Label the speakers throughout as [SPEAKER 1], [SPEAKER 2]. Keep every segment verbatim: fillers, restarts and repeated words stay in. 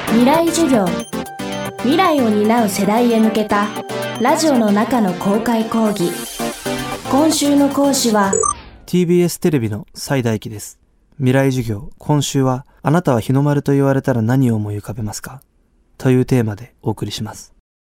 [SPEAKER 1] 未来授業、未来を担う世代へ向けたラジオの中の公開講義。今週の講師は
[SPEAKER 2] ティービーエス テレビの崔大樹です。未来授業、今週はあなたは日の丸と言われたら何を思い浮かべますかというテーマでお送りします。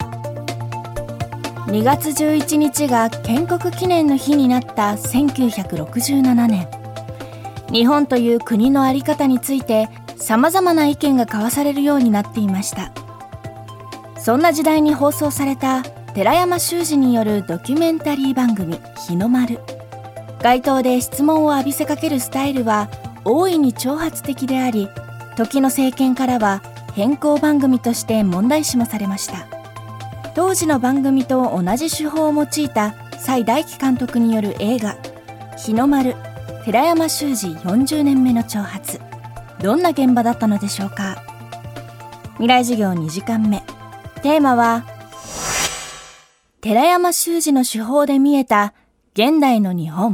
[SPEAKER 1] にがつじゅういちにちが建国記念の日になったせんきゅうひゃくろくじゅうななねん、日本という国の在り方について様々な意見が交わされるようになっていました。そんな時代に放送された寺山修司によるドキュメンタリー番組日の丸。街頭で質問を浴びせかけるスタイルは大いに挑発的であり、時の政権からは偏向番組として問題視もされました。当時の番組と同じ手法を用いた崔大樹監督による映画日の丸、寺山修司よんじゅうねんめの挑発、どんな現場だったのでしょうか。未来授業にじかんめ、テーマは寺山修司の手法で見えた現代の日本。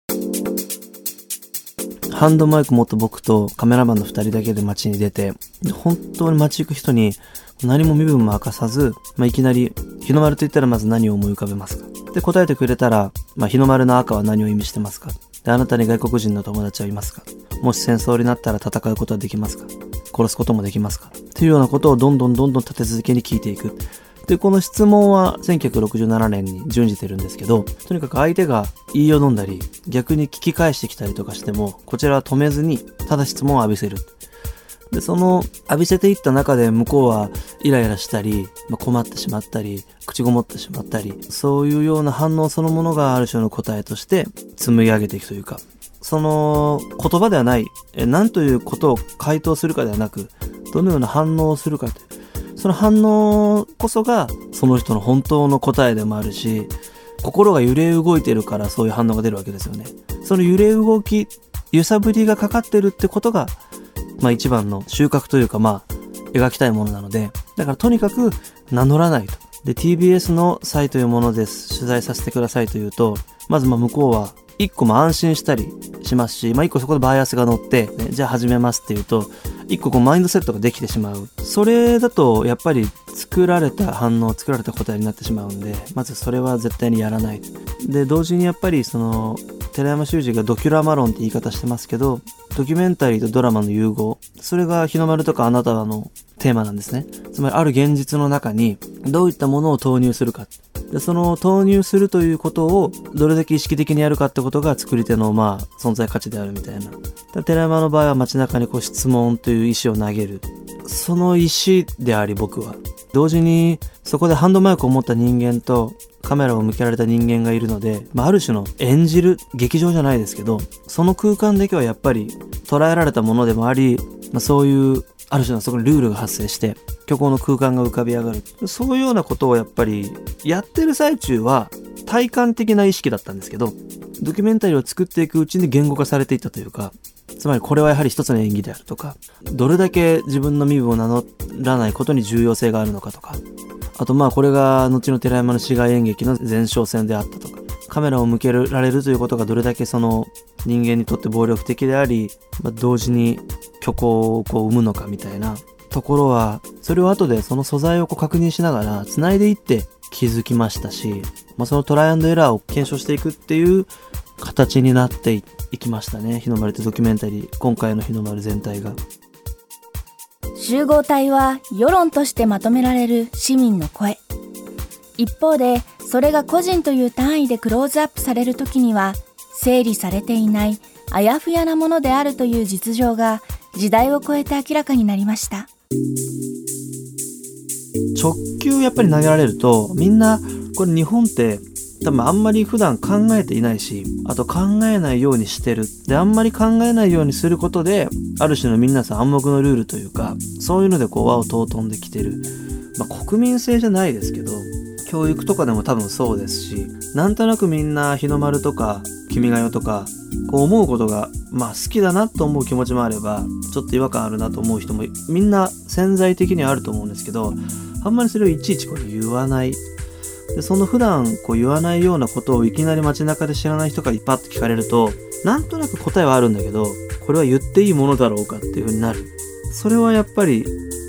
[SPEAKER 2] ハンドマイク持った僕とカメラマンのふたりだけで街に出て、本当に街行く人に何も身分も明かさず、まあ、いきなり日の丸と言ったらまず何を思い浮かべますかで答えてくれたら、まあ、日の丸の赤は何を意味してますかで、あなたに外国人の友達はいますか、もし戦争になったら戦うことはできますか、殺すこともできますかというようなことをどんどんどんどん立て続けに聞いていく。で、この質問はせんきゅうひゃくろくじゅうななねんに準じてるんですけど、とにかく相手が言いよどんだり逆に聞き返してきたりとかしても、こちらは止めずにただ質問を浴びせる。で、その浴びせていった中で向こうはイライラしたり、まあ、困ってしまったり口ごもってしまったり、そういうような反応そのものがある種の答えとして紡ぎ上げていくというか、その言葉ではない、え何ということを回答するかではなく、どのような反応をするかという、その反応こそがその人の本当の答えでもあるし、心が揺れ動いてるからそういう反応が出るわけですよね。その揺れ動き、揺さぶりがかかってるってことが、まあ一番の収穫というか、まあ描きたいものなので、だからとにかく名乗らないと。で、ティービーエス の際というものです。取材させてくださいというと、まずまあ向こうは一個も安心したりしますし、まあ一個そこでバイアスが乗って、ね、じゃあ始めますっていうと、一個こうマインドセットができてしまう。それだとやっぱり作られた反応、作られた答えになってしまうんで、まずそれは絶対にやらない。で、同時にやっぱりその寺山修司がドキュラマ論って言い方してますけど、ドキュメンタリーとドラマの融合、それが日の丸とかあなたはのテーマなんですね。つまりある現実の中にどういったものを投入するか。で、その投入するということをどれだけ意識的にやるかってことが作り手のまあ存在価値であるみたいな。寺山の場合は街中にこう質問という石を投げる。その石であり僕は。同時にそこでハンドマイクを持った人間とカメラを向けられた人間がいるので、まあ、ある種の演じる劇場じゃないですけど、その空間だけはやっぱり捉えられたものでもあり、まあ、そういうある種のそこにルールが発生して虚構の空間が浮かび上がる。そういうようなことをやっぱりやってる最中は体感的な意識だったんですけど、ドキュメンタリーを作っていくうちに言語化されていったというか、つまりこれはやはり一つの演技であるとか、どれだけ自分の身分を名乗らないことに重要性があるのかとか、あとまあこれが後の寺山の市街演劇の前哨戦であったとか、カメラを向けられるということがどれだけその人間にとって暴力的であり、まあ、同時に虚構をこう生むのかみたいなところは、それを後でその素材をこう確認しながら繋いでいって気づきましたし、まあ、そのトライアンドエラーを検証していくっていう形になっていきましたね。日の丸ってドキュメンタリー、今回の日の丸全体が。
[SPEAKER 1] 集合体は世論としてまとめられる市民の声。一方でそれが個人という単位でクローズアップされるときには整理されていないあやふやなものであるという実情が時代を超えて明らかになりました。
[SPEAKER 2] 直球やっぱり投げられると、みんなこれ日本って多分あんまり普段考えていないし、あと考えないようにしてる。で、あんまり考えないようにすることで、ある種の皆さん暗黙のルールというか、そういうのでこう輪を尊んできてる。まあ国民性じゃないですけど、教育とかでも多分そうですし、なんとなくみんな日の丸とか君が代とかこう思うことがまあ好きだなと思う気持ちもあれば、ちょっと違和感あるなと思う人もみんな潜在的にはあると思うんですけど、あんまりそれをいちいちこれ言わない。で、その普段こう言わないようなことをいきなり街中で知らない人からパッと聞かれると、なんとなく答えはあるんだけど、これは言っていいものだろうかっていう風になる。それはやっぱり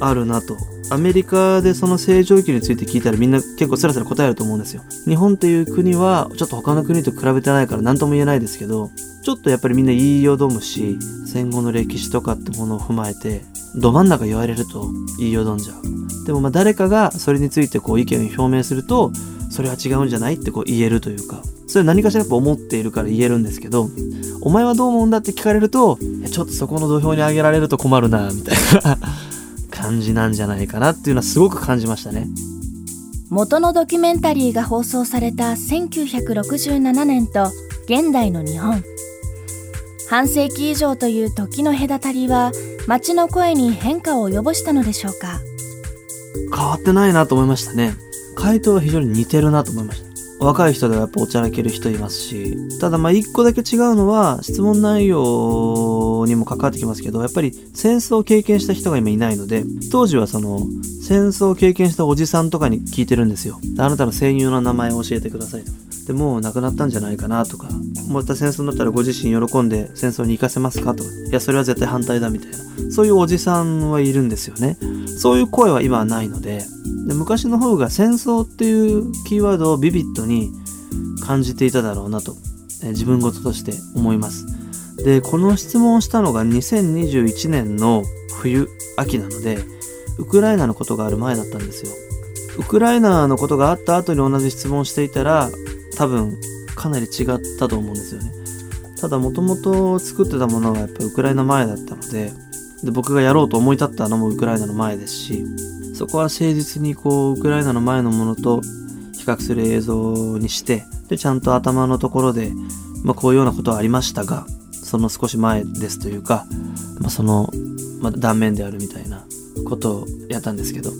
[SPEAKER 2] あるなと。アメリカでその成長期について聞いたらみんな結構スラスラ答えると思うんですよ。日本っていう国はちょっと他の国と比べてないから何とも言えないですけど、ちょっとやっぱりみんな言いよどむし、戦後の歴史とかってものを踏まえてど真ん中言われると言いよどんじゃう。でもまあ誰かがそれについてこう意見を表明すると、それは違うんじゃないってこう言えるというか、それ何かしらやっぱ思っているから言えるんですけど、お前はどう思うんだって聞かれると、ちょっとそこの土俵に上げられると困るなみたいな感じなんじゃないかなっていうのはすごく感じましたね。
[SPEAKER 1] 元のドキュメンタリーが放送されたせんきゅうひゃくろくじゅうななねんと現代の日本、半世紀以上という時の隔たりは街の声に変化を及ぼしたのでしょうか。
[SPEAKER 2] 変わってないなと思いましたね。回答は非常に似てるなと思いました。若い人ではやっぱおちゃらける人いますし、ただまあ一個だけ違うのは質問内容にも関わってきますけど、やっぱり戦争を経験した人が今いないので、当時はその戦争を経験したおじさんとかに聞いてるんですよ。あなたの戦友の名前を教えてくださいと。でもう亡くなったんじゃないかなとか、また戦争になったらご自身喜んで戦争に行かせますかとか、いやそれは絶対反対だみたいな、そういうおじさんはいるんですよね。そういう声は今はないので、で昔の方が戦争っていうキーワードをビビッドに感じていただろうなと、え自分事として思います。でこの質問をしたのがにせんにじゅういちねんの冬秋なので、ウクライナのことがある前だったんですよ。ウクライナのことがあった後に同じ質問をしていたら多分かなり違ったと思うんですよね。ただもともと作ってたものがやっぱウクライナ前だったので、で僕がやろうと思い立ったのもウクライナの前ですし、そこは誠実にこうウクライナの前のものと比較する映像にして、でちゃんと頭のところで、まあ、こういうようなことはありましたが、その少し前ですというか、まあ、その、まあ、断面であるみたいなことをやったんですけど。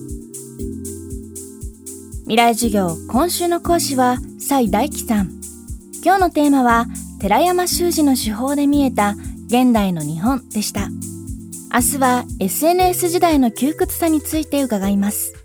[SPEAKER 1] 未来授業、今週の講師は蔡大樹さん。今日のテーマは寺山修司の手法で見えた現代の日本でした。明日は エスエヌエス 時代の窮屈さについて伺います。